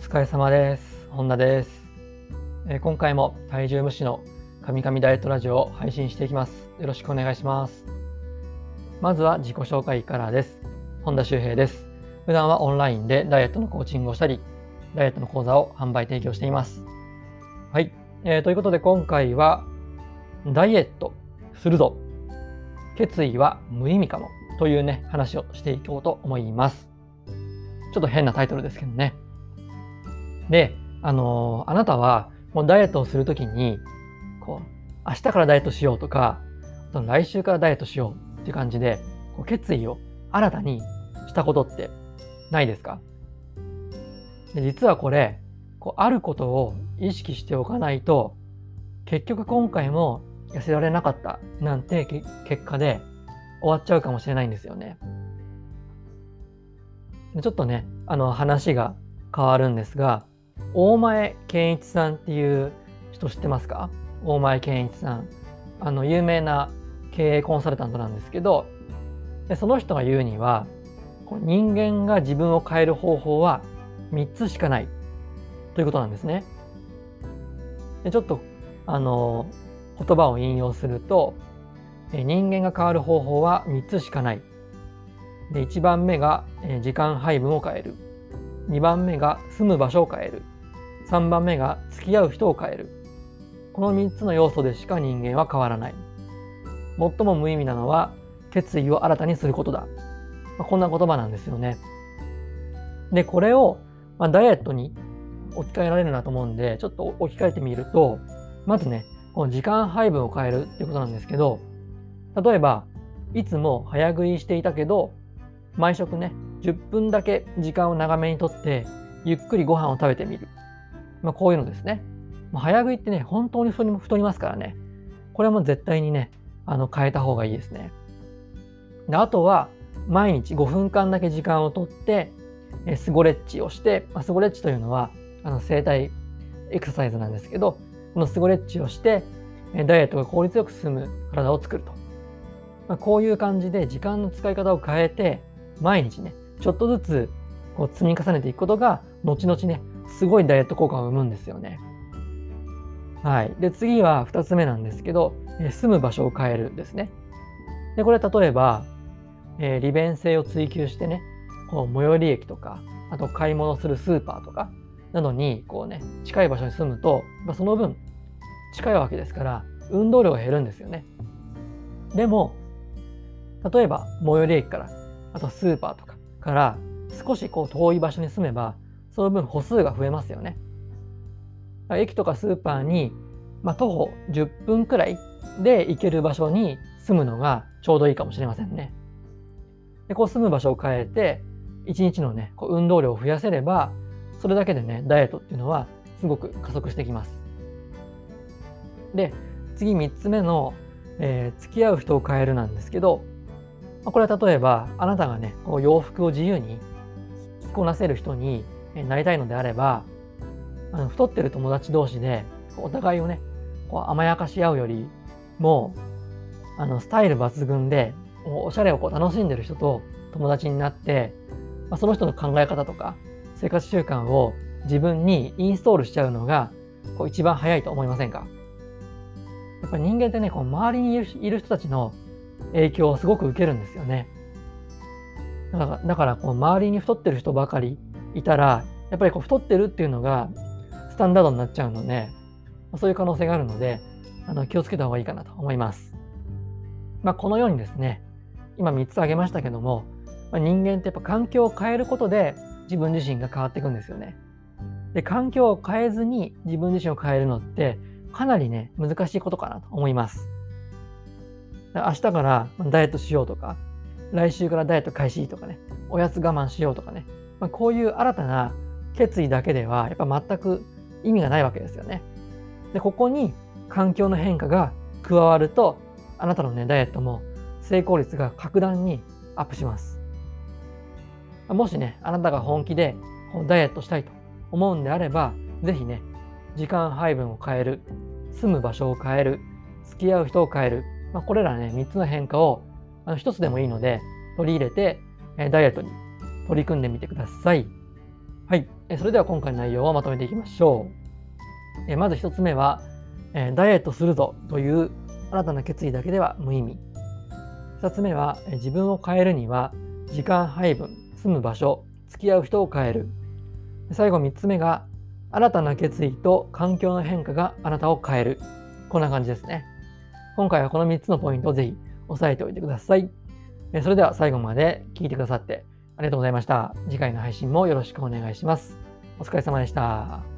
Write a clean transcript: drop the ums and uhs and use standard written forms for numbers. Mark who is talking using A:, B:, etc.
A: 疲れ様です。本田です。今回も体重無視の神々ダイエットラジオを配信していきます。よろしくお願いします。まずは自己紹介からです。本田修平です。普段はオンラインでダイエットのコーチングをしたり、ダイエットの講座を販売提供しています。はい。ということで今回はダイエットするぞ。決意は無意味かもというね、話をしていこうと思います。ちょっと変なタイトルですけどね。で、あなたはもうダイエットをするときに、明日からダイエットしようとか、来週からダイエットしようっていう感じで、決意を新たにしたことってないですか？で、実はこれ、あることを意識しておかないと、結局今回も痩せられなかったなんて結果で終わっちゃうかもしれないんですよね。ちょっとね、話が変わるんですが、大前健一さんっていう人知ってますか？大前健一さん。有名な経営コンサルタントなんですけど、その人が言うには、人間が自分を変える方法は3つしかないということなんですね。で、ちょっと、言葉を引用すると、人間が変わる方法は3つしかない。で、1番目が時間配分を変える。2番目が住む場所を変える。3番目が付き合う人を変える。この3つの要素でしか人間は変わらない。最も無意味なのは決意を新たにすることだ。こんな言葉なんですよね。で、これをダイエットに置き換えられるなと思うんで、ちょっと置き換えてみると、まずね、この時間配分を変えるっていうことなんですけど、例えば、いつも早食いしていたけど、毎食ね、10分だけ時間を長めにとって、ゆっくりご飯を食べてみる。こういうのですね。早食いってね、本当に太りますからね。これはもう絶対にね、変えた方がいいですね。で、あとは、毎日5分間だけ時間をとって、スゴレッチをして、スゴレッチというのは、整体エクササイズなんですけど、このスゴレッチをして、ダイエットが効率よく進む体を作ると。こういう感じで時間の使い方を変えて、毎日ね、ちょっとずつ積み重ねていくことが、後々ね、すごいダイエット効果を生むんですよね。はい。で、次は2つ目なんですけど、住む場所を変えるですね。で、これ例えば、利便性を追求してね、最寄り駅とか、あと買い物するスーパーとかなどに近い場所に住むと、その分近いわけですから運動量が減るんですよね。でも例えば最寄り駅から、あとスーパーとかから少し遠い場所に住めば、その分歩数が増えますよね。駅とかスーパーに、徒歩10分くらいで行ける場所に住むのがちょうどいいかもしれませんね。で、住む場所を変えて、一日のね、運動量を増やせれば、それだけでね、ダイエットっていうのはすごく加速してきます。で、次3つ目の、付き合う人を変えるなんですけど、これは例えば、あなたがね、洋服を自由に着こなせる人になりたいのであれば、太ってる友達同士でお互いをね、甘やかし合うよりも、スタイル抜群でおしゃれを楽しんでる人と友達になって、その人の考え方とか生活習慣を自分にインストールしちゃうのが一番早いと思いませんか？やっぱり人間ってね、周りにいる人たちの影響をすごく受けるんですよね。だから周りに太ってる人ばかりいたら、やっぱり太ってるっていうのがスタンダードになっちゃうので、そういう可能性があるので、気をつけた方がいいかなと思います。このようにですね、今3つ挙げましたけども、人間ってやっぱ環境を変えることで自分自身が変わっていくんですよね。で、環境を変えずに自分自身を変えるのってかなりね、難しいことかなと思います。明日からダイエットしようとか、来週からダイエット開始とかね、おやつ我慢しようとかね、こういう新たな決意だけではやっぱ全く意味がないわけですよね。で、ここに環境の変化が加わると、あなたのね、ダイエットも成功率が格段にアップします。もしね、あなたが本気でダイエットしたいと思うんであれば、ぜひね、時間配分を変える、住む場所を変える、付き合う人を変える、これらね、3つの変化を1つでもいいので取り入れて、ダイエットに取り組んでみてください。 はい、それでは今回の内容をまとめていきましょう。まず1つ目は、ダイエットするぞという新たな決意だけでは無意味。2つ目は、自分を変えるには時間配分、住む場所、付き合う人を変える。最後3つ目が、新たな決意と環境の変化があなたを変える。こんな感じですね。今回はこの3つのポイントをぜひ押さえておいてください。それでは最後まで聞いてくださってありがとうございました。次回の配信もよろしくお願いします。お疲れ様でした。